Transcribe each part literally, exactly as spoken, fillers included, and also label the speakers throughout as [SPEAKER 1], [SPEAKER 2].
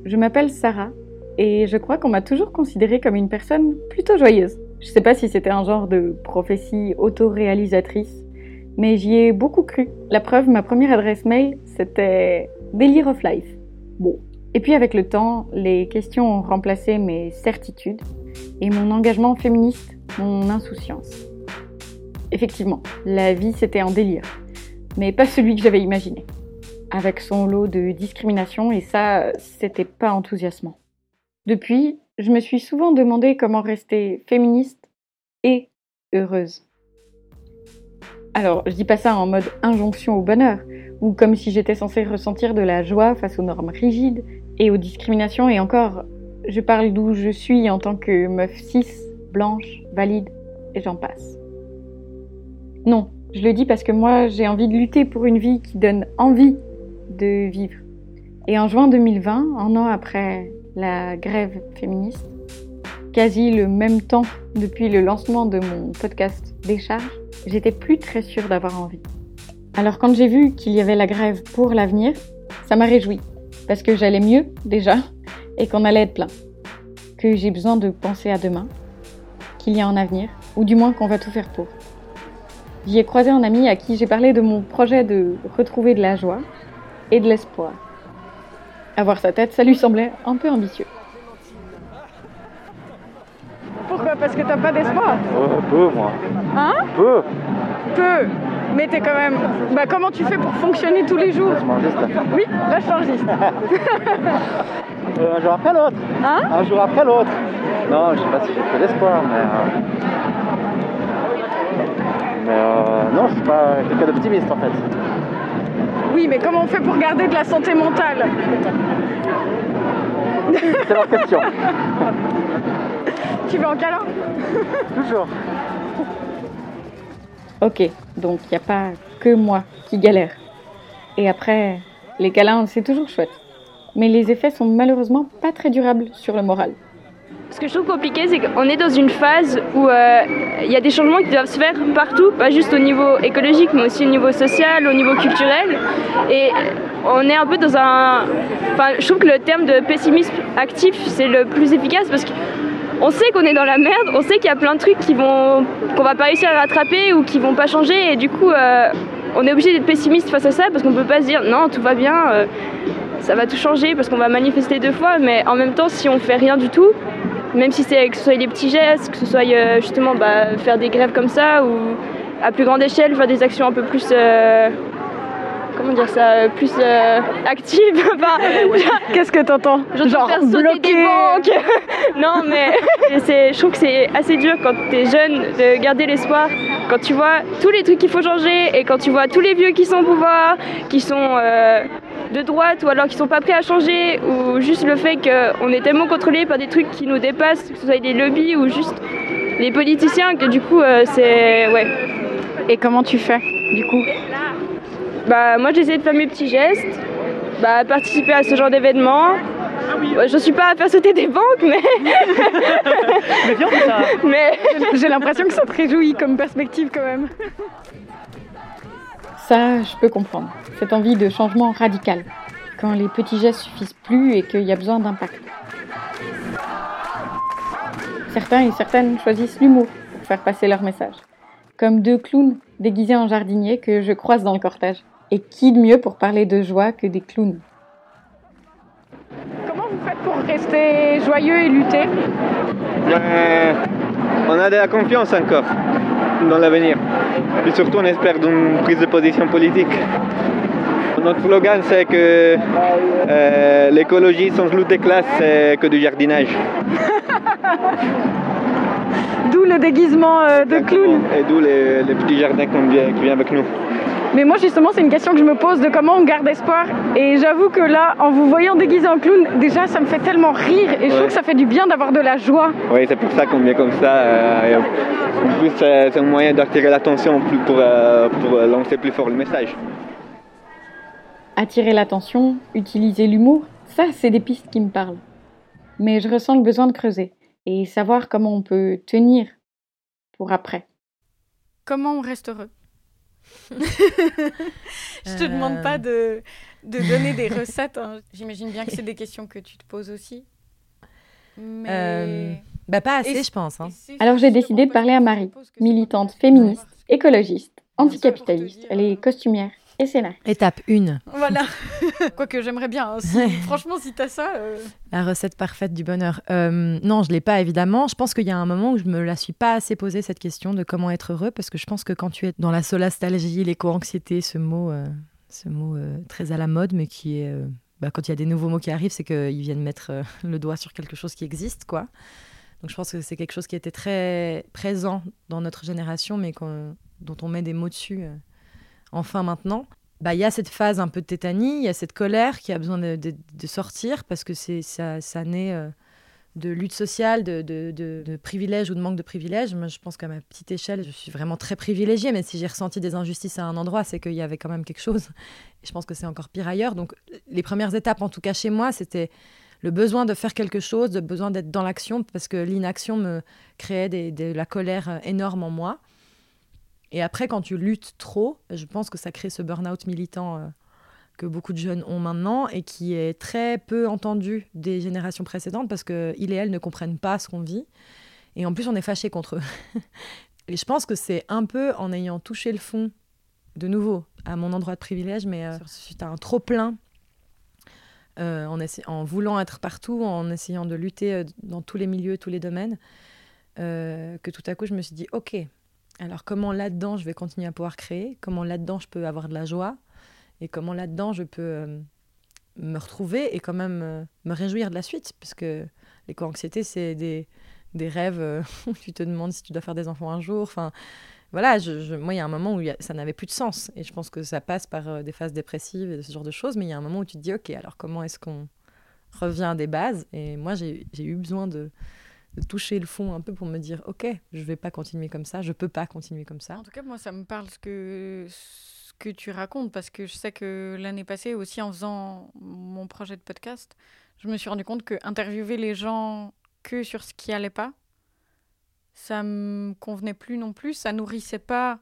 [SPEAKER 1] je m'appelle Sarah et je crois qu'on m'a toujours considérée comme une personne plutôt joyeuse. Je sais pas si c'était un genre de prophétie auto-réalisatrice, mais j'y ai beaucoup cru. La preuve, ma première adresse mail, c'était Délire of Life. Bon. Et puis avec le temps, les questions ont remplacé mes certitudes et mon engagement féministe, mon insouciance. Effectivement, la vie c'était un délire, mais pas celui que j'avais imaginé. Avec son lot de discrimination et ça, c'était pas enthousiasmant. Depuis, je me suis souvent demandé comment rester féministe et heureuse. Alors, je dis pas ça en mode injonction au bonheur, ou comme si j'étais censée ressentir de la joie face aux normes rigides et aux discriminations, et encore, je parle d'où je suis en tant que meuf cis, blanche, valide, et j'en passe. Non, je le dis parce que moi, j'ai envie de lutter pour une vie qui donne envie de vivre. Et en juin deux mille vingt, un an après la grève féministe, quasi le même temps depuis le lancement de mon podcast Décharge, j'étais plus très sûre d'avoir envie. Alors quand j'ai vu qu'il y avait la grève pour l'avenir, ça m'a réjouie, parce que j'allais mieux déjà, et qu'on allait être plein. Que j'ai besoin de penser à demain, qu'il y a un avenir, ou du moins qu'on va tout faire pour. J'y ai croisé un ami à qui j'ai parlé de mon projet de retrouver de la joie et de l'espoir. À voir sa tête, ça lui semblait un peu ambitieux. Pourquoi ? Parce que t'as pas d'espoir ?
[SPEAKER 2] Oh, peu, moi.
[SPEAKER 1] Hein ?
[SPEAKER 2] Peu.
[SPEAKER 1] Peu. Mais t'es quand même... Bah comment tu fais pour fonctionner tous les jours ?
[SPEAKER 2] Lâche-mangiste.
[SPEAKER 1] Oui, lâche-mangiste.
[SPEAKER 2] euh, un jour après l'autre.
[SPEAKER 1] Hein ?
[SPEAKER 2] Un jour après l'autre. Non, je sais pas si j'ai fait d'espoir, mais... Euh... Mais euh, non, je suis pas quelqu'un d'optimiste en fait.
[SPEAKER 1] Oui, mais comment on fait pour garder de la santé mentale ?
[SPEAKER 2] C'est leur question.
[SPEAKER 1] Tu veux en câlin ?
[SPEAKER 2] Toujours.
[SPEAKER 1] Ok, donc il n'y a pas que moi qui galère. Et après, les câlins, c'est toujours chouette. Mais les effets sont malheureusement pas très durables sur le moral.
[SPEAKER 3] Ce que je trouve compliqué, c'est qu'on est dans une phase où il euh, y a des changements qui doivent se faire partout, pas juste au niveau écologique, mais aussi au niveau social, au niveau culturel. Et on est un peu dans un... Enfin, je trouve que le terme de pessimisme actif, c'est le plus efficace parce qu'on sait qu'on est dans la merde, on sait qu'il y a plein de trucs qui vont, qu'on va pas réussir à rattraper ou qui vont pas changer. Et du coup, euh, on est obligé d'être pessimiste face à ça parce qu'on peut pas se dire non, tout va bien, euh, ça va tout changer parce qu'on va manifester deux fois. Mais en même temps, si on fait rien du tout, même si c'est que ce soit des petits gestes, que ce soit euh, justement bah, faire des grèves comme ça ou à plus grande échelle faire des actions un peu plus euh, comment dire ça, plus euh, actives. Enfin,
[SPEAKER 1] qu'est-ce que t'entends ?
[SPEAKER 3] Genre, genre faire sauter bloquer des banques. Non mais c'est, je trouve que c'est assez dur quand t'es jeune de garder l'espoir. Quand tu vois tous les trucs qu'il faut changer et quand tu vois tous les vieux qui sont au pouvoir, qui sont euh, de droite ou alors qui sont pas prêts à changer, ou juste le fait qu'on est tellement contrôlé par des trucs qui nous dépassent, que ce soit des lobbies ou juste les politiciens, que du coup euh, c'est... ouais.
[SPEAKER 1] Et comment tu fais du coup ?
[SPEAKER 3] Bah moi j'essaie de faire mes petits gestes, bah participer à ce genre d'événements. Je suis pas à faire sauter des banques, mais...
[SPEAKER 1] mais bien ça.
[SPEAKER 3] Mais
[SPEAKER 1] j'ai l'impression que ça te réjouit comme perspective quand même. Ça, je peux comprendre. Cette envie de changement radical. Quand les petits gestes suffisent plus et qu'il y a besoin d'impact. Certains et certaines choisissent l'humour pour faire passer leur message. Comme deux clowns déguisés en jardiniers que je croise dans le cortège. Et qui de mieux pour parler de joie que des clowns ? Comment vous faites pour rester joyeux et lutter ?
[SPEAKER 2] Ben, on a de la confiance encore dans l'avenir. Et surtout, on espère d'une prise de position politique. Notre slogan, c'est que euh, l'écologie sans lutte des classes, c'est que du jardinage.
[SPEAKER 1] D'où le déguisement euh, de clown.
[SPEAKER 2] Et d'où les, les petits jardins qui viennent avec nous.
[SPEAKER 1] Mais moi justement c'est une question que je me pose de comment on garde espoir, et j'avoue que là en vous voyant déguisé en clown, déjà ça me fait tellement rire et je ouais. trouve que ça fait du bien d'avoir de la joie.
[SPEAKER 2] Oui, c'est pour ça qu'on vient comme ça, euh, en plus c'est, c'est un moyen d'attirer l'attention pour, euh, pour lancer plus fort le message.
[SPEAKER 1] Attirer l'attention, utiliser l'humour, ça c'est des pistes qui me parlent. Mais je ressens le besoin de creuser et savoir comment on peut tenir pour après. Comment on reste heureux ? Je te
[SPEAKER 4] Euh,
[SPEAKER 1] demande pas de, de donner des recettes. Hein. J'imagine bien que c'est des questions que tu te poses aussi. Mais...
[SPEAKER 4] Euh, Bah pas assez,
[SPEAKER 1] Et-
[SPEAKER 4] je pense. Hein.
[SPEAKER 1] Alors j'ai décidé de parler à Marie, militante féministe, écologiste, anticapitaliste. Elle est costumière et scénariste.
[SPEAKER 4] Étape un.
[SPEAKER 1] Voilà. Quoique j'aimerais bien. Hein, si- franchement, si t'as ça... euh,
[SPEAKER 4] La recette parfaite du bonheur. Euh, non, je ne l'ai pas, évidemment. Je pense qu'il y a un moment où je me la suis pas assez posé, cette question de comment être heureux, parce que je pense que quand tu es dans la solastalgie, l'éco-anxiété, ce mot, euh, ce mot euh, très à la mode, mais qui est... euh, bah, quand il y a des nouveaux mots qui arrivent, c'est qu'ils viennent mettre euh, le doigt sur quelque chose qui existe, quoi. Donc je pense que c'est quelque chose qui était très présent dans notre génération, mais qu'on- dont on met des mots dessus, euh, enfin maintenant. Bah, il y a cette phase un peu de tétanie, il y a cette colère qui a besoin de, de- de sortir parce que c'est, ça, ça naît euh, de lutte sociale, de, de, de, de privilèges ou de manque de privilèges. Moi, je pense qu'à ma petite échelle, je suis vraiment très privilégiée, mais si j'ai ressenti des injustices à un endroit, c'est qu'il y avait quand même quelque chose. Et je pense que c'est encore pire ailleurs. Donc, les premières étapes, en tout cas chez moi, c'était le besoin de faire quelque chose, le besoin d'être dans l'action, parce que l'inaction me créait des, de la colère énorme en moi. Et après, quand tu luttes trop, je pense que ça crée ce burn-out militant euh, que beaucoup de jeunes ont maintenant et qui est très peu entendu des générations précédentes parce qu'ils et elles ne comprennent pas ce qu'on vit. Et en plus, on est fâchés contre eux. Et je pense que c'est un peu en ayant touché le fond, de nouveau, à mon endroit de privilège, mais euh, suite à un trop-plein, euh, en, essa- en voulant être partout, en essayant de lutter euh, dans tous les milieux, tous les domaines, euh, que tout à coup, je me suis dit, OK, alors comment là-dedans, je vais continuer à pouvoir créer ? Comment là-dedans, je peux avoir de la joie ? Et comment là-dedans, je peux euh, me retrouver et quand même euh, me réjouir de la suite ? Parce que l'éco-anxiété, c'est des, des rêves euh, où tu te demandes si tu dois faire des enfants un jour. Enfin, voilà, je, je, moi, il y a un moment où y a, ça n'avait plus de sens. Et je pense que ça passe par euh, des phases dépressives et ce genre de choses. Mais il y a un moment où tu te dis, OK, alors comment est-ce qu'on revient à des bases ? Et moi, j'ai, j'ai eu besoin de... de toucher le fond un peu pour me dire ok, je vais pas continuer comme ça, je peux pas continuer comme ça.
[SPEAKER 1] En tout cas, moi, ça me parle ce que, ce que tu racontes, parce que je sais que l'année passée, aussi en faisant mon projet de podcast, je me suis rendu compte que interviewer les gens que sur ce qui allait pas, ça me convenait plus non plus, ça nourrissait pas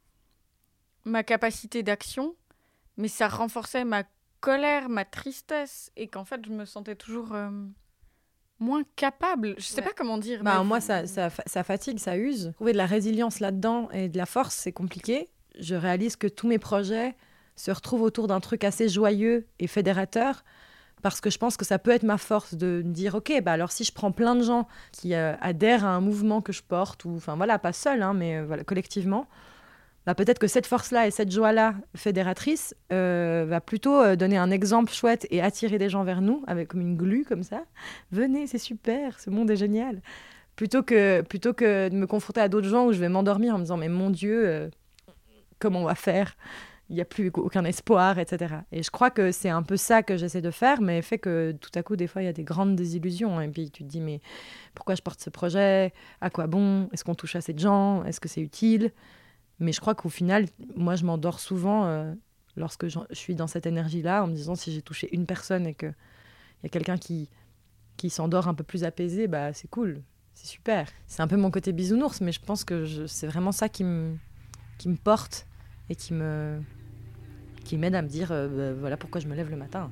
[SPEAKER 1] ma capacité d'action, mais ça renforçait ma colère, ma tristesse, et qu'en fait, je me sentais toujours... euh, moins capable. Je sais
[SPEAKER 4] Ouais.
[SPEAKER 1] pas comment dire.
[SPEAKER 4] Bah,
[SPEAKER 1] mais...
[SPEAKER 4] moi, ça, ça, ça fatigue, ça use. Trouver de la résilience là-dedans et de la force, c'est compliqué. Je réalise que tous mes projets se retrouvent autour d'un truc assez joyeux et fédérateur, parce que je pense que ça peut être ma force de me dire, ok, bah alors si je prends plein de gens qui euh, adhèrent à un mouvement que je porte, ou enfin voilà, pas seul, hein, mais euh, voilà, collectivement, bah, peut-être que cette force-là et cette joie-là fédératrice euh, va plutôt euh, donner un exemple chouette et attirer des gens vers nous, avec comme une glu comme ça. Venez, c'est super, ce monde est génial. Plutôt que, plutôt que de me confronter à d'autres gens où je vais m'endormir en me disant, mais mon Dieu, euh, comment on va faire ? Il n'y a plus aucun espoir, et cetera. Et je crois que c'est un peu ça que j'essaie de faire, mais fait que tout à coup, des fois, il y a des grandes désillusions. Et puis tu te dis, mais pourquoi je porte ce projet ? À quoi bon ? Est-ce qu'on touche assez de gens ? Est-ce que c'est utile ? Mais je crois qu'au final, moi, je m'endors souvent euh, lorsque je suis dans cette énergie-là, en me disant si j'ai touché une personne et qu'il y a quelqu'un qui, qui s'endort un peu plus apaisé, bah, c'est cool, c'est super. C'est un peu mon côté bisounours, mais je pense que je, c'est vraiment ça qui me, qui me porte et qui, me, qui m'aide à me dire euh, bah, voilà pourquoi je me lève le matin.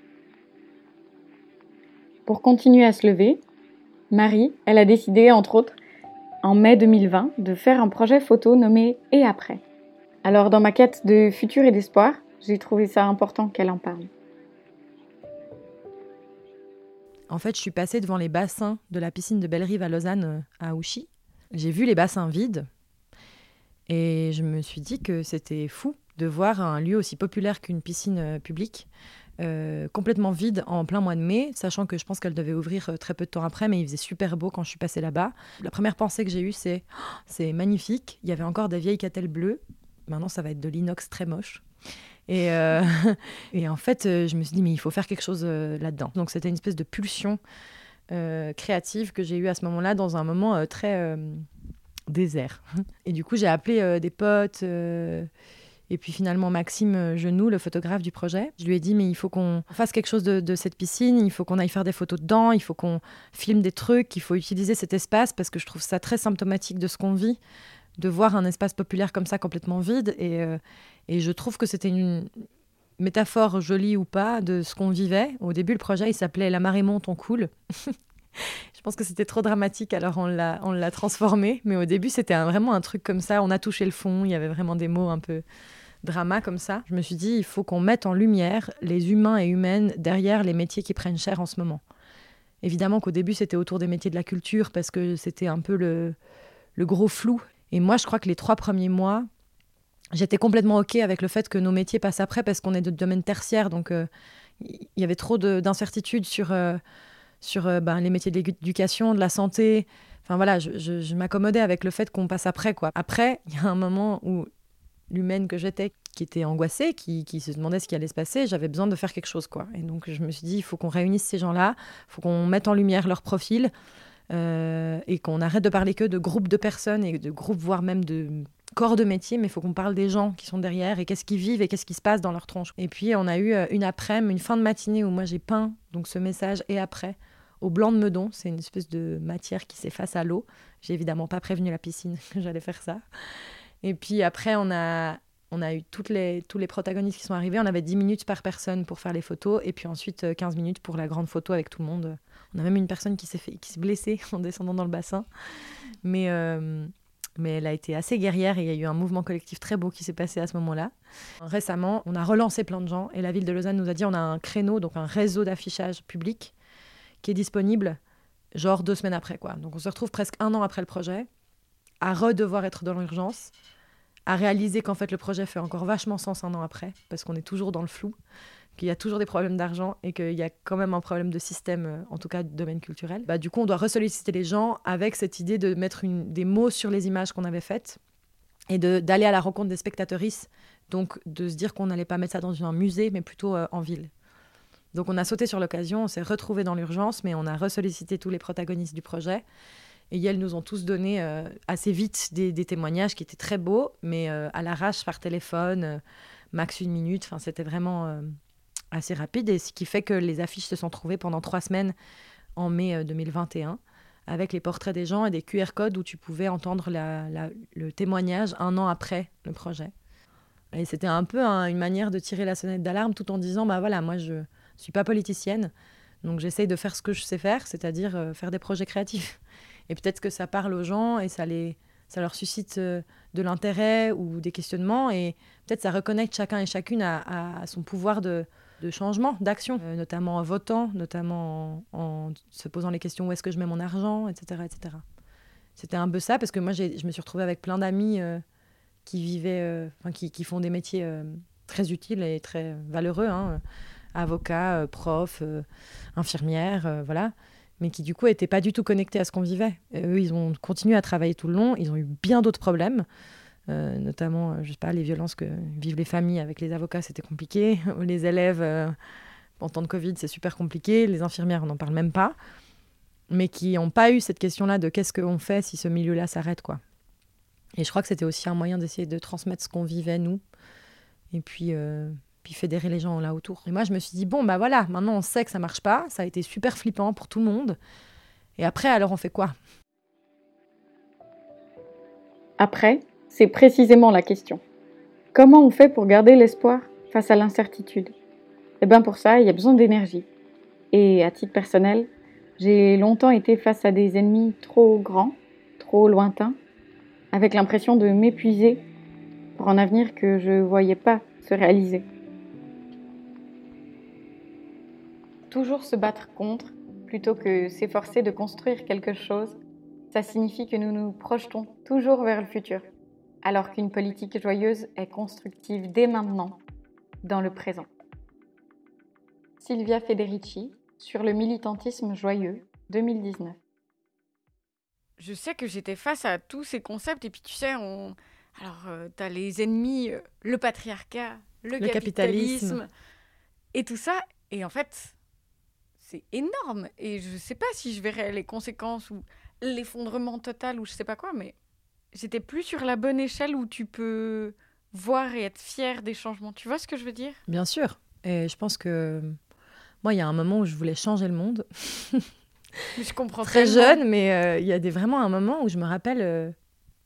[SPEAKER 1] Pour continuer à se lever, Marie, elle a décidé, entre autres, en mai deux mille vingt, de faire un projet photo nommé « Et après ». Alors, dans ma quête de futur et d'espoir, j'ai trouvé ça important qu'elle en parle.
[SPEAKER 4] En fait, je suis passée devant les bassins de la piscine de Bellerive à Lausanne, à Ouchy. J'ai vu les bassins vides et je me suis dit que c'était fou de voir un lieu aussi populaire qu'une piscine publique Euh, complètement vide en plein mois de mai, sachant que je pense qu'elle devait ouvrir euh, très peu de temps après, mais il faisait super beau quand je suis passée là-bas. La première pensée que j'ai eue, c'est oh, c'est magnifique. Il y avait encore des vieilles catelles bleues. Maintenant, ça va être de l'inox très moche. Et, euh, et en fait, euh, je me suis dit, mais il faut faire quelque chose euh, là-dedans. Donc, c'était une espèce de pulsion euh, créative que j'ai eue à ce moment-là, dans un moment euh, très euh, désert. Et du coup, j'ai appelé euh, des potes. Euh, Et puis finalement, Maxime Genoux, le photographe du projet, je lui ai dit, mais il faut qu'on fasse quelque chose de, de cette piscine, il faut qu'on aille faire des photos dedans, il faut qu'on filme des trucs, il faut utiliser cet espace parce que je trouve ça très symptomatique de ce qu'on vit, de voir un espace populaire comme ça complètement vide. Et, euh, et je trouve que c'était une métaphore jolie ou pas de ce qu'on vivait. Au début, le projet, il s'appelait « La marée monte, on coule ». Je pense que c'était trop dramatique, alors on l'a, on l'a transformé. Mais au début, c'était un, vraiment un truc comme ça. On a touché le fond, il y avait vraiment des mots un peu drama comme ça. Je me suis dit, il faut qu'on mette en lumière les humains et humaines derrière les métiers qui prennent cher en ce moment. Évidemment qu'au début, c'était autour des métiers de la culture parce que c'était un peu le, le gros flou. Et moi, je crois que les trois premiers mois, j'étais complètement OK avec le fait que nos métiers passent après parce qu'on est de domaine tertiaire. Donc, il euh, y avait trop de, d'incertitudes sur, euh, sur euh, ben, les métiers de l'éducation, de la santé. Enfin, voilà, je, je, je m'accommodais avec le fait qu'on passe après, quoi. Après, il y a un moment où l'humaine que j'étais, qui était angoissée, qui, qui se demandait ce qui allait se passer, j'avais besoin de faire quelque chose, quoi. Et donc, je me suis dit, il faut qu'on réunisse ces gens-là, il faut qu'on mette en lumière leur profil euh, et qu'on arrête de parler que de groupes de personnes et de groupes, voire même de corps de métier, mais il faut qu'on parle des gens qui sont derrière et qu'est-ce qu'ils vivent et qu'est-ce qui se passe dans leur tronche. Et puis, on a eu une après-midi, une fin de matinée où moi, j'ai peint donc, ce message et après au blanc de Meudon. C'est une espèce de matière qui s'efface à l'eau. J'ai évidemment pas prévenu la piscine que j'allais faire ça. Et puis après, on a... On a eu toutes les, tous les protagonistes qui sont arrivés. On avait dix minutes par personne pour faire les photos. Et puis ensuite, quinze minutes pour la grande photo avec tout le monde. On a même une personne qui s'est, fait, qui s'est blessée en descendant dans le bassin. Mais, euh, mais elle a été assez guerrière. Et il y a eu un mouvement collectif très beau qui s'est passé à ce moment-là. Récemment, on a relancé plein de gens. Et la ville de Lausanne nous a dit on a un créneau, donc un réseau d'affichage public qui est disponible genre deux semaines après, quoi. Donc on se retrouve presque un an après le projet à redevoir être dans l'urgence, à réaliser qu'en fait le projet fait encore vachement sens un an après, parce qu'on est toujours dans le flou, qu'il y a toujours des problèmes d'argent et qu'il y a quand même un problème de système, en tout cas du domaine culturel. Bah, du coup, on doit ressolliciter les gens avec cette idée de mettre une, des mots sur les images qu'on avait faites et de, d'aller à la rencontre des spectatrices, donc de se dire qu'on n'allait pas mettre ça dans un musée, mais plutôt euh, en ville. Donc on a sauté sur l'occasion, on s'est retrouvés dans l'urgence, mais on a ressollicité tous les protagonistes du projet. Et elles nous ont tous donné euh, assez vite des, des témoignages qui étaient très beaux, mais euh, à l'arrache par téléphone, euh, max une minute. Enfin, c'était vraiment euh, assez rapide. Et ce qui fait que les affiches se sont trouvées pendant trois semaines en mai euh, deux mille vingt et un, avec les portraits des gens et des Q R codes où tu pouvais entendre la, la, le témoignage un an après le projet. Et c'était un peu hein, une manière de tirer la sonnette d'alarme tout en disant, bah voilà, moi je ne suis pas politicienne, donc j'essaye de faire ce que je sais faire, c'est-à-dire euh, faire des projets créatifs. Et peut-être que ça parle aux gens et ça, les, ça leur suscite euh, de l'intérêt ou des questionnements. Et peut-être ça reconnecte chacun et chacune à, à, à son pouvoir de, de changement, d'action, euh, notamment en votant, notamment en, en se posant les questions où est-ce que je mets mon argent, et cetera et cetera. C'était un peu ça, parce que moi, j'ai, je me suis retrouvée avec plein d'amis euh, qui vivaient, euh, enfin, qui, qui font des métiers euh, très utiles et très valeureux, hein, avocats, euh, profs, euh, infirmières, euh, voilà, mais qui du coup n'étaient pas du tout connectés à ce qu'on vivait. Et eux, ils ont continué à travailler tout le long, ils ont eu bien d'autres problèmes, euh, notamment, euh, je sais pas, les violences que vivent les familles avec les avocats, c'était compliqué, les élèves, euh, en temps de Covid, c'est super compliqué, les infirmières, on n'en parle même pas, mais qui n'ont pas eu cette question-là de qu'est-ce qu'on fait si ce milieu-là s'arrête, quoi. Et je crois que c'était aussi un moyen d'essayer de transmettre ce qu'on vivait, nous, et puis... Euh, puis fédérer les gens là autour. Et moi, je me suis dit, bon, bah voilà, maintenant on sait que ça marche pas, ça a été super flippant pour tout le monde. Et après, alors on fait quoi ?
[SPEAKER 1] Après, c'est précisément la question. Comment on fait pour garder l'espoir face à l'incertitude ? Eh bien pour ça, il y a besoin d'énergie. Et à titre personnel, j'ai longtemps été face à des ennemis trop grands, trop lointains, avec l'impression de m'épuiser pour un avenir que je ne voyais pas se réaliser. Toujours se battre contre, plutôt que s'efforcer de construire quelque chose, ça signifie que nous nous projetons toujours vers le futur, alors qu'une politique joyeuse est constructive dès maintenant, dans le présent. Silvia Federici, sur le militantisme joyeux, deux mille dix-neuf.
[SPEAKER 5] Je sais que j'étais face à tous ces concepts, et puis tu sais, on... alors euh, t'as les ennemis, euh, le patriarcat, le,
[SPEAKER 4] le capitalisme,
[SPEAKER 5] capitalisme, et tout ça, et en fait... c'est énorme et je ne sais pas si je verrais les conséquences ou l'effondrement total ou je ne sais pas quoi, mais j'étais plus sur la bonne échelle où tu peux voir et être fier des changements. Tu vois ce que je veux dire ?
[SPEAKER 4] Bien sûr. Et je pense que moi, il y a un moment où je voulais changer le monde.
[SPEAKER 5] Mais je comprends
[SPEAKER 4] Très
[SPEAKER 5] tellement.
[SPEAKER 4] jeune, mais il euh, y a des, vraiment un moment où je me rappelle, euh,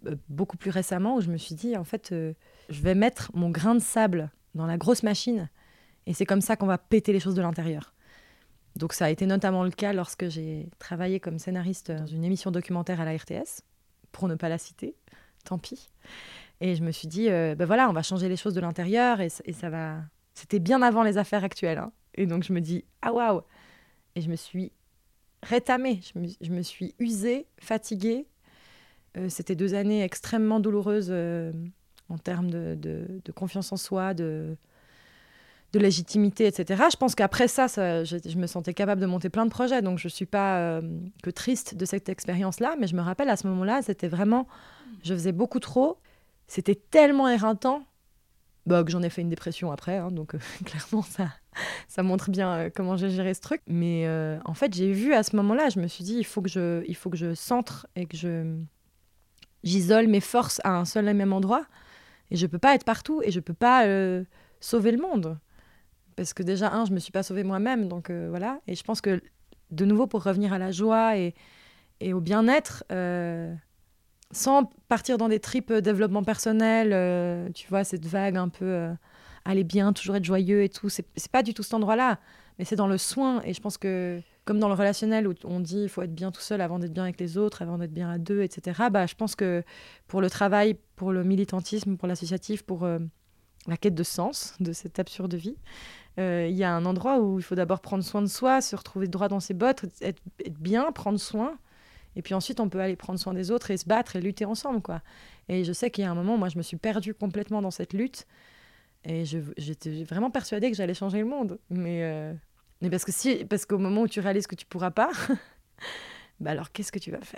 [SPEAKER 4] euh, beaucoup plus récemment où je me suis dit, en fait, euh, je vais mettre mon grain de sable dans la grosse machine et c'est comme ça qu'on va péter les choses de l'intérieur. Donc ça a été notamment le cas lorsque j'ai travaillé comme scénariste dans une émission documentaire à la R T S, pour ne pas la citer, tant pis. Et je me suis dit, euh, ben voilà, on va changer les choses de l'intérieur et, et ça va... C'était bien avant les affaires actuelles. Hein. Et donc je me dis, ah waouh. Et je me suis rétamée, je me, je me suis usée, fatiguée. Euh, c'était deux années extrêmement douloureuses euh, en termes de, de, de confiance en soi, de, de légitimité, et cetera. Je pense qu'après ça, ça je, je me sentais capable de monter plein de projets. Donc je ne suis pas euh, que triste de cette expérience-là. Mais je me rappelle, à ce moment-là, c'était vraiment... Je faisais beaucoup trop. C'était tellement éreintant bah, que j'en ai fait une dépression après. Hein, donc euh, clairement, ça... Ça montre bien euh, comment j'ai géré ce truc. Mais euh, en fait, j'ai vu à ce moment-là, je me suis dit, il faut que je, il faut que je centre et que je, j'isole mes forces à un seul et même endroit. Et je ne peux pas être partout et je ne peux pas euh, sauver le monde. Parce que déjà, un, je ne me suis pas sauvée moi-même. Donc euh, voilà. Et je pense que, de nouveau, pour revenir à la joie et, et au bien-être, euh, sans partir dans des tripes développement personnel, euh, tu vois, cette vague un peu... Euh, aller bien, toujours être joyeux et tout. C'est, c'est pas du tout cet endroit-là, mais c'est dans le soin. Et je pense que, comme dans le relationnel où on dit il faut être bien tout seul avant d'être bien avec les autres, avant d'être bien à deux, et cetera, bah, je pense que pour le travail, pour le militantisme, pour l'associatif, pour euh, la quête de sens de cette absurde vie, il euh, y a un endroit où il faut d'abord prendre soin de soi, se retrouver droit dans ses bottes, être, être bien, prendre soin. Et puis ensuite, on peut aller prendre soin des autres et se battre et lutter ensemble, quoi. Et je sais qu'il y a un moment, moi, je me suis perdue complètement dans cette lutte. Et je, j'étais vraiment persuadée que j'allais changer le monde. Mais, euh, mais parce, que si, parce qu'au moment où tu réalises que tu ne pourras pas, bah alors qu'est-ce que tu vas faire ?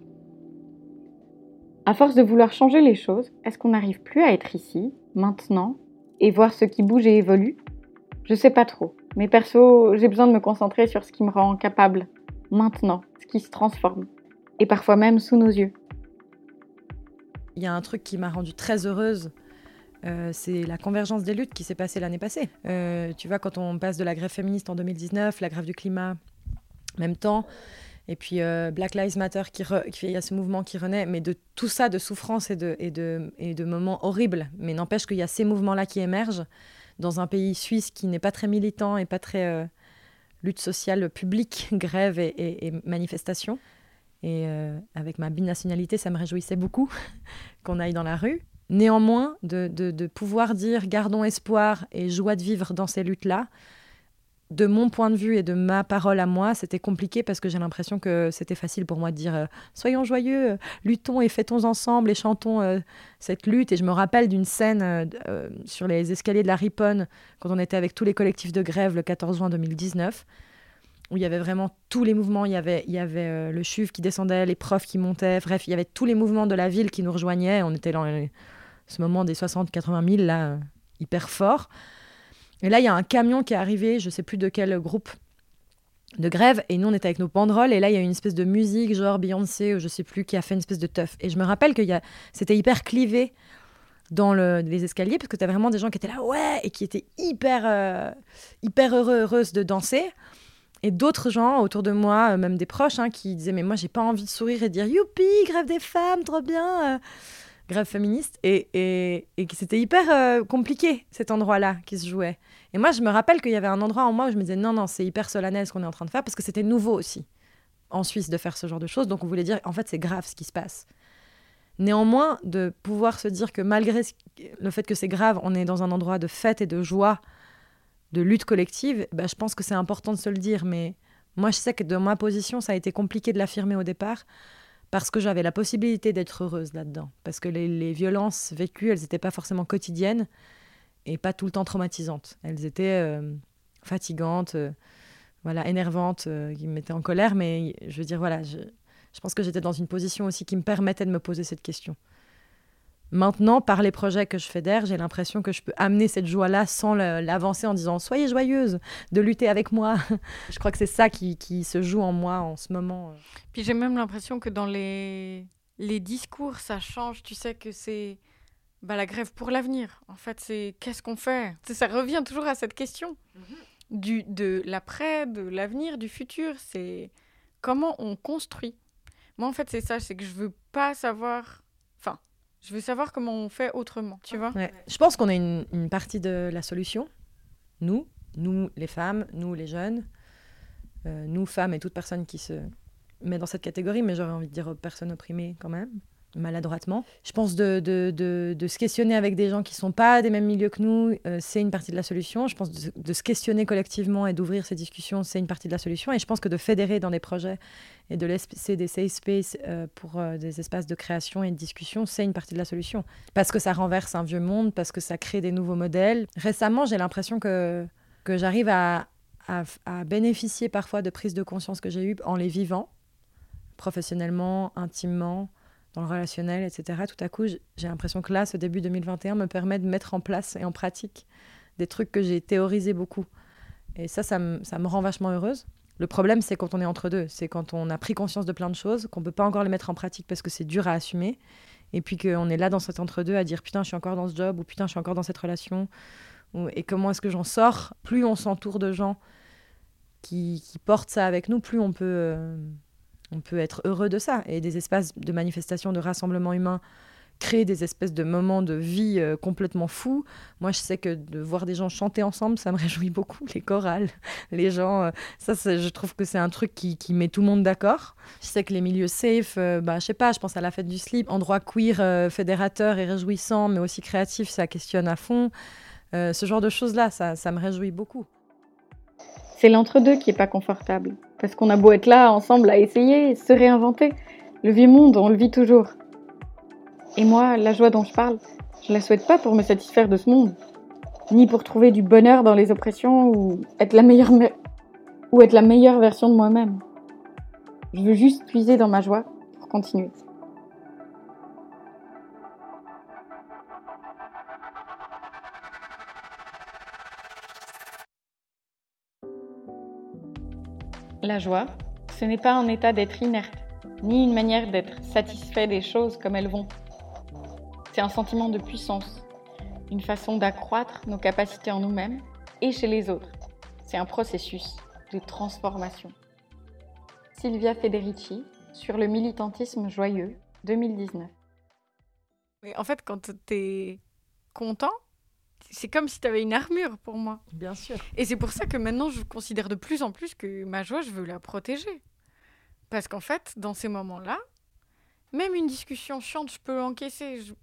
[SPEAKER 1] À force de vouloir changer les choses, est-ce qu'on n'arrive plus à être ici, maintenant, et voir ce qui bouge et évolue ? Je sais pas trop. Mais perso, j'ai besoin de me concentrer sur ce qui me rend capable, maintenant, ce qui se transforme. Et parfois même sous nos yeux.
[SPEAKER 4] Il y a un truc qui m'a rendue très heureuse. Euh, c'est la convergence des luttes qui s'est passée l'année passée. Euh, tu vois, quand on passe de la grève féministe en deux mille dix-neuf, la grève du climat, même temps, et puis euh, Black Lives Matter, qui re... qui... il y a ce mouvement qui renaît, mais de tout ça, de souffrance et de, et de, et de moments horribles. Mais n'empêche qu'il y a ces mouvements-là qui émergent dans un pays suisse qui n'est pas très militant et pas très euh, lutte sociale publique, grève et, et, et manifestation. Et euh, avec ma binationalité, ça me réjouissait beaucoup qu'on aille dans la rue. Néanmoins, de, de, de pouvoir dire gardons espoir et joie de vivre dans ces luttes-là, de mon point de vue et de ma parole à moi, c'était compliqué parce que j'ai l'impression que c'était facile pour moi de dire euh, soyons joyeux, euh, luttons et fêtons ensemble et chantons euh, cette lutte. Et je me rappelle d'une scène euh, euh, sur les escaliers de la Riponne quand on était avec tous les collectifs de grève le quatorze juin deux mille dix-neuf, où il y avait vraiment tous les mouvements. Il y avait, il y avait euh, le C H U V qui descendait, les profs qui montaient, bref, il y avait tous les mouvements de la ville qui nous rejoignaient. On était dans les ce moment des soixante à quatre-vingt mille, là, euh, hyper fort. Et là, il y a un camion qui est arrivé, je ne sais plus de quel groupe de grève, et nous, on était avec nos banderoles, et là, il y a une espèce de musique, genre Beyoncé, ou je ne sais plus, qui a fait une espèce de teuf. Et je me rappelle que y a... c'était hyper clivé dans le... les escaliers, parce que tu as vraiment des gens qui étaient là, ouais, et qui étaient hyper, euh, hyper heureux, heureuses de danser. Et d'autres gens autour de moi, euh, même des proches, hein, qui disaient, mais moi, j'ai pas envie de sourire et de dire, youpi, grève des femmes, trop bien euh. grève féministe, et, et, et que c'était hyper euh, compliqué, cet endroit-là qui se jouait. Et moi, je me rappelle qu'il y avait un endroit en moi où je me disais, non, non, c'est hyper solennel ce qu'on est en train de faire, parce que c'était nouveau aussi, en Suisse, de faire ce genre de choses. Donc, on voulait dire, en fait, c'est grave ce qui se passe. Néanmoins, de pouvoir se dire que malgré le fait que c'est grave, on est dans un endroit de fête et de joie, de lutte collective, bah, je pense que c'est important de se le dire. Mais moi, je sais que de ma position, ça a été compliqué de l'affirmer au départ, parce que j'avais la possibilité d'être heureuse là-dedans. Parce que les, les violences vécues, elles n'étaient pas forcément quotidiennes et pas tout le temps traumatisantes. Elles étaient euh, fatigantes, euh, voilà, énervantes, euh, qui me mettaient en colère. Mais je veux dire, voilà, je, je pense que j'étais dans une position aussi qui me permettait de me poser cette question. Maintenant, par les projets que je fédère, j'ai l'impression que je peux amener cette joie-là sans le, l'avancer en disant « Soyez joyeuse de lutter avec moi ». Je crois que c'est ça qui, qui se joue en moi en ce moment.
[SPEAKER 5] Puis j'ai même l'impression que dans les, les discours, ça change. Tu sais que c'est bah, la grève pour l'avenir. En fait, c'est qu'est-ce qu'on fait ? Ça revient toujours à cette question mm-hmm. du, de l'après, de l'avenir, du futur. C'est comment on construit. Moi, en fait, c'est ça. C'est que je veux pas savoir Je veux savoir comment on fait autrement, tu vois.
[SPEAKER 4] Ouais. Je pense qu'on est une, une partie de la solution. Nous, nous les femmes, nous les jeunes, euh, nous femmes et toute personne qui se met dans cette catégorie, mais j'aurais envie de dire personnes opprimées quand même, maladroitement. Je pense de, de, de, de se questionner avec des gens qui ne sont pas des mêmes milieux que nous, euh, c'est une partie de la solution. Je pense de, de se questionner collectivement et d'ouvrir ces discussions, c'est une partie de la solution. Et je pense que de fédérer dans des projets et de laisser des safe spaces euh, pour euh, des espaces de création et de discussion, c'est une partie de la solution. Parce que ça renverse un vieux monde, parce que ça crée des nouveaux modèles. Récemment, j'ai l'impression que, que j'arrive à, à, à bénéficier parfois de prises de conscience que j'ai eues en les vivant, professionnellement, intimement, dans le relationnel, et cetera. Tout à coup, j'ai l'impression que là, ce début deux mille vingt et un me permet de mettre en place et en pratique des trucs que j'ai théorisés beaucoup. Et ça, ça me, ça me rend vachement heureuse. Le problème, c'est quand on est entre deux. C'est quand on a pris conscience de plein de choses, qu'on ne peut pas encore les mettre en pratique parce que c'est dur à assumer. Et puis qu'on est là dans cet entre-deux à dire « Putain, je suis encore dans ce job » ou « Putain, je suis encore dans cette relation ». Et comment est-ce que j'en sors ? Plus on s'entoure de gens qui, qui portent ça avec nous, plus on peut... Euh, On peut être heureux de ça. Et des espaces de manifestation, de rassemblement humain, créer des espèces de moments de vie euh, complètement fous. Moi, je sais que de voir des gens chanter ensemble, ça me réjouit beaucoup. Les chorales, les gens... Euh, ça, je trouve que c'est un truc qui, qui met tout le monde d'accord. Je sais que les milieux safe, euh, bah, je sais pas, je pense à la fête du slip, endroit queer, euh, fédérateur et réjouissant, mais aussi créatif, ça questionne à fond. Euh, ce genre de choses-là, ça, ça me réjouit beaucoup.
[SPEAKER 1] C'est l'entre-deux qui est pas confortable. Parce qu'on a beau être là, ensemble, à essayer, se réinventer. Le vieux monde, on le vit toujours. Et moi, la joie dont je parle, je la souhaite pas pour me satisfaire de ce monde. Ni pour trouver du bonheur dans les oppressions ou être la meilleure, me... ou être la meilleure version de moi-même. Je veux juste puiser dans ma joie pour continuer. La joie, ce n'est pas un état d'être inerte, ni une manière d'être satisfait des choses comme elles vont. C'est un sentiment de puissance, une façon d'accroître nos capacités en nous-mêmes et chez les autres. C'est un processus de transformation. Silvia Federici, sur le militantisme joyeux, deux mille dix-neuf.
[SPEAKER 5] Mais en fait, quand t'es content, c'est comme si tu avais une armure pour moi.
[SPEAKER 4] Bien sûr.
[SPEAKER 5] Et c'est pour ça que maintenant, je considère de plus en plus que ma joie, je veux la protéger. Parce qu'en fait, dans ces moments-là, même une discussion chiante, je peux l'encaisser. Je...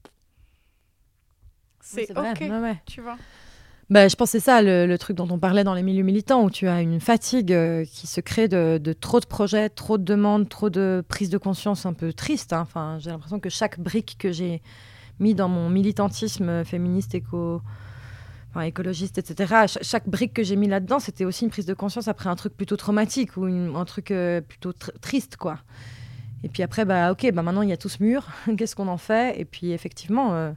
[SPEAKER 5] C'est,
[SPEAKER 4] oui, c'est vrai.
[SPEAKER 5] OK,
[SPEAKER 4] ouais, ouais.
[SPEAKER 5] Tu vois.
[SPEAKER 4] Bah, je pense que c'est ça, le, le truc dont on parlait dans les milieux militants, où tu as une fatigue euh, qui se crée de, de trop de projets, trop de demandes, trop de prise de conscience un peu triste. Hein. Enfin, j'ai l'impression que chaque brique que j'ai mis dans mon militantisme féministe, éco... Enfin, écologiste, et cetera. Ch- chaque brique que j'ai mis là-dedans, c'était aussi une prise de conscience après un truc plutôt traumatique ou une, un truc euh, plutôt tr- triste, quoi. Et puis après, bah, ok, bah, maintenant il y a tout ce mur. Qu'est-ce qu'on en fait ? Et puis effectivement, euh,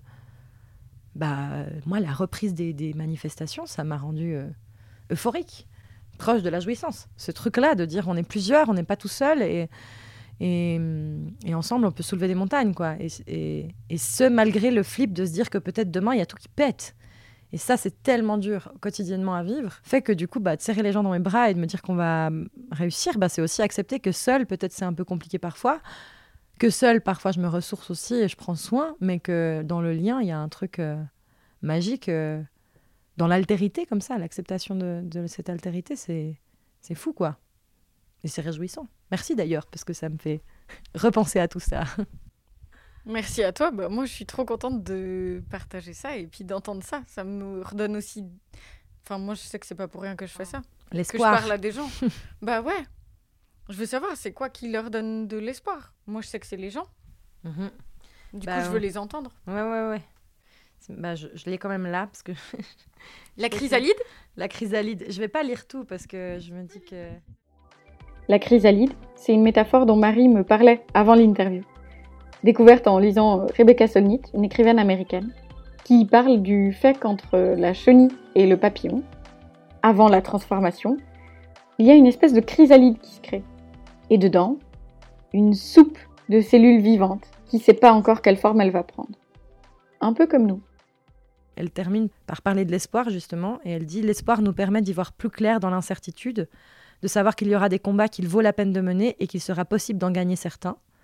[SPEAKER 4] bah, moi, la reprise des, des manifestations, ça m'a rendue euh, euphorique, proche de la jouissance. Ce truc-là, de dire on est plusieurs, on n'est pas tout seul et, et, et ensemble, on peut soulever des montagnes, quoi. Et, et, et ce, malgré le flip de se dire que peut-être demain, il y a tout qui pète. Et ça, c'est tellement dur quotidiennement à vivre, fait que du coup, bah, de serrer les gens dans mes bras et de me dire qu'on va réussir, bah, c'est aussi accepter que seul, peut-être c'est un peu compliqué parfois, que seul, parfois, je me ressource aussi et je prends soin, mais que dans le lien, il y a un truc euh, magique, euh, dans l'altérité comme ça, l'acceptation de, de cette altérité, c'est, c'est fou, quoi. Et c'est réjouissant. Merci d'ailleurs, parce que ça me fait repenser à tout ça.
[SPEAKER 5] Merci à toi. Bah, moi, je suis trop contente de partager ça et puis d'entendre ça. Ça me redonne aussi... Enfin, moi, je sais que c'est pas pour rien que je fais ça.
[SPEAKER 4] L'espoir.
[SPEAKER 5] Que je parle à des gens. Bah ouais. Je veux savoir, c'est quoi qui leur donne de l'espoir ? Moi, je sais que c'est les gens.
[SPEAKER 4] Mm-hmm.
[SPEAKER 5] Du
[SPEAKER 4] bah,
[SPEAKER 5] coup, je veux les entendre.
[SPEAKER 4] Ouais, ouais, ouais. Bah, je, je l'ai quand même là, parce que...
[SPEAKER 5] La chrysalide ?
[SPEAKER 4] La chrysalide. Je vais pas lire tout, parce que je me dis que...
[SPEAKER 1] La chrysalide, c'est une métaphore dont Marie me parlait avant l'interview. Découverte en lisant Rebecca Solnit, une écrivaine américaine, qui parle du fait qu'entre la chenille et le papillon, avant la transformation, il y a une espèce de chrysalide qui se crée. Et dedans, une soupe de cellules vivantes qui ne sait pas encore quelle forme elle va prendre. Un peu comme nous.
[SPEAKER 4] Elle termine par parler de l'espoir, justement, et elle dit « L'espoir nous permet d'y voir plus clair dans l'incertitude, de savoir qu'il y aura des combats qu'il vaut la peine de mener et qu'il sera possible d'en gagner certains.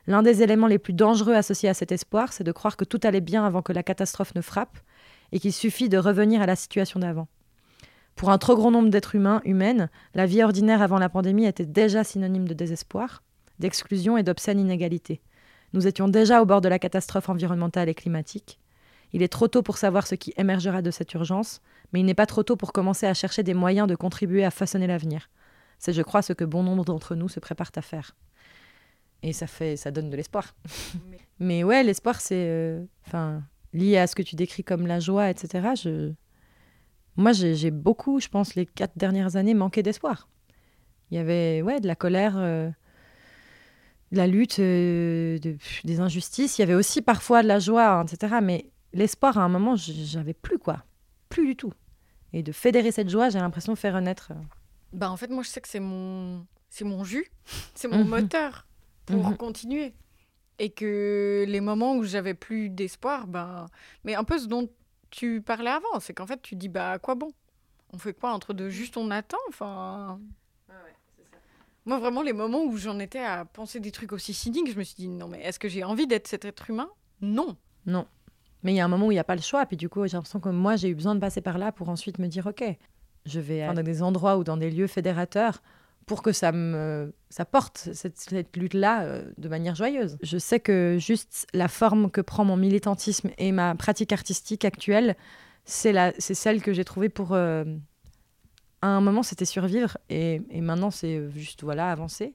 [SPEAKER 4] L'un des éléments les plus dangereux associés à cet espoir, c'est de croire que tout allait bien avant que la catastrophe ne frappe et qu'il suffit de revenir à la situation d'avant. Pour un trop grand nombre d'êtres humains, humaines, la vie ordinaire avant la pandémie était déjà synonyme de désespoir, d'exclusion et d'obscène inégalité. Nous étions déjà au bord de la catastrophe environnementale et climatique. Il est trop tôt pour savoir ce qui émergera de cette urgence, mais il n'est pas trop tôt pour commencer à chercher des moyens de contribuer à façonner l'avenir. C'est, je crois, ce que bon nombre d'entre nous se préparent à faire. Et ça fait, ça donne de l'espoir. Mais, mais ouais, l'espoir, c'est... Enfin, euh, lié à ce que tu décris comme la joie, et cetera. Je... Moi, j'ai, j'ai beaucoup, je pense, les quatre dernières années, manqué d'espoir. Il y avait, ouais, de la colère... Euh... de la lutte, euh, de, des injustices. Il y avait aussi parfois de la joie, hein, et cetera. Mais l'espoir, à un moment, j'avais plus, quoi. Plus du tout. Et de fédérer cette joie, j'ai l'impression de faire renaître... Euh...
[SPEAKER 5] Bah, en fait, moi, je sais que c'est mon, c'est mon jus, c'est mon mmh. moteur pour mmh. continuer. Et que les moments où j'avais plus d'espoir, ben... Mais un peu ce dont tu parlais avant, c'est qu'en fait, tu dis, bah, à quoi bon ? On fait quoi entre deux ? Juste on attend, enfin... Moi, vraiment, les moments où j'en étais à penser des trucs aussi cyniques, je me suis dit, non, mais est-ce que j'ai envie d'être cet être humain ? Non.
[SPEAKER 4] Non. Mais il y a un moment où il n'y a pas le choix. Puis du coup, j'ai l'impression que moi, j'ai eu besoin de passer par là pour ensuite me dire, OK, je vais aller dans des endroits ou dans des lieux fédérateurs pour que ça me ça porte cette, cette lutte-là euh, de manière joyeuse. Je sais que juste la forme que prend mon militantisme et ma pratique artistique actuelle, c'est, la, c'est celle que j'ai trouvée pour... Euh, à un moment, c'était survivre, et, et maintenant, c'est juste, voilà, avancer.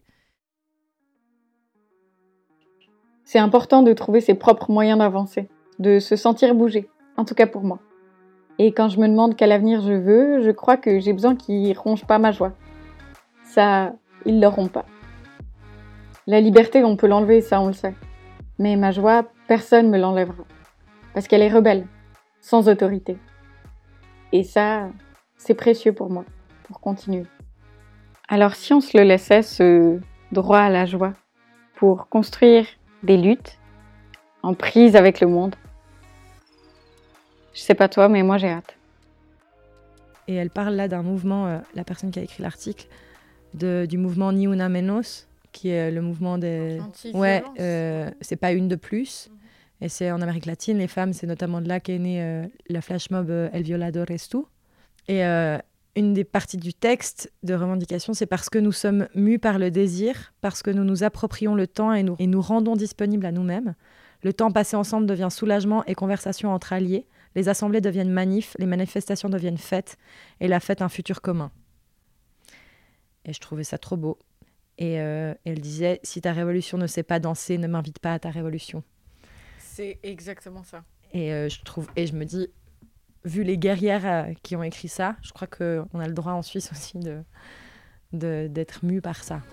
[SPEAKER 1] C'est important de trouver ses propres moyens d'avancer, de se sentir bouger, en tout cas pour moi. Et quand je me demande quel avenir je veux, je crois que j'ai besoin qu'ils ne rongent pas ma joie. Ça, ils ne l'auront pas. La liberté, on peut l'enlever, ça on le sait. Mais ma joie, personne ne me l'enlèvera. Parce qu'elle est rebelle, sans autorité. Et ça... c'est précieux pour moi, pour continuer. Alors si on se le laissait, ce droit à la joie, pour construire des luttes en prise avec le monde, je sais pas toi, mais moi j'ai hâte.
[SPEAKER 4] Et elle parle là d'un mouvement, euh, la personne qui a écrit l'article, de, du mouvement Ni Una Menos, qui est le mouvement des... Ouais, euh, c'est pas une de plus. Mm-hmm. Et c'est en Amérique latine, les femmes, c'est notamment de là qu'est né euh, la flash mob euh, El Violador es tú. Et euh, une des parties du texte de revendication, c'est parce que nous sommes mus par le désir, parce que nous nous approprions le temps et nous, et nous rendons disponibles à nous-mêmes. Le temps passé ensemble devient soulagement et conversation entre alliés. Les assemblées deviennent manifs, les manifestations deviennent fêtes, et la fête un futur commun. Et je trouvais ça trop beau. Et euh, elle disait, si ta révolution ne sait pas danser, ne m'invite pas à ta révolution.
[SPEAKER 5] C'est exactement ça.
[SPEAKER 4] Et euh, je trouve, et je me dis, vu les guerrières euh, qui ont écrit ça, je crois qu'on a le droit en Suisse aussi de, de, d'être mus par ça.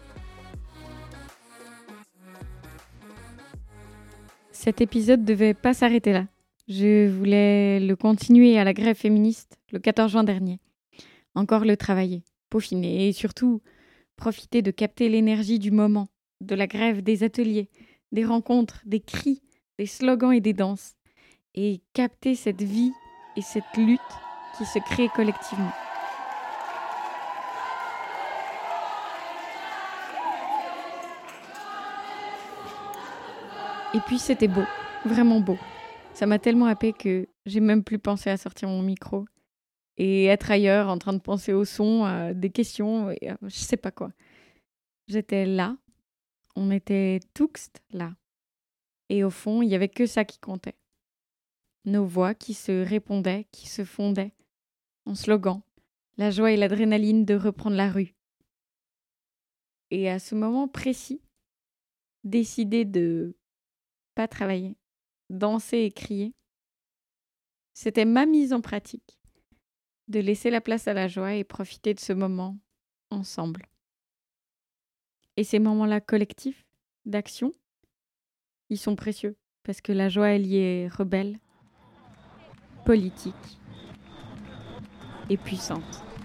[SPEAKER 1] Cet épisode devait pas s'arrêter là. Je voulais le continuer à la grève féministe le quatorze juin dernier. Encore le travailler, peaufiner et surtout profiter de capter l'énergie du moment, de la grève, des ateliers, des rencontres, des cris, des slogans et des danses. Et capter cette vie et cette lutte qui se crée collectivement. Et puis c'était beau, vraiment beau. Ça m'a tellement happée que j'ai même plus pensé à sortir mon micro et être ailleurs en train de penser au son, à des questions, et à, je sais pas quoi. J'étais là, on était tous là. Et au fond, il y avait que ça qui comptait. Nos voix qui se répondaient, qui se fondaient, en slogan, la joie et l'adrénaline de reprendre la rue. Et à ce moment précis, décider de pas travailler, danser et crier, c'était ma mise en pratique, de laisser la place à la joie et profiter de ce moment ensemble. Et ces moments-là collectifs, d'action, ils sont précieux, parce que la joie, elle y est rebelle, politique et puissante.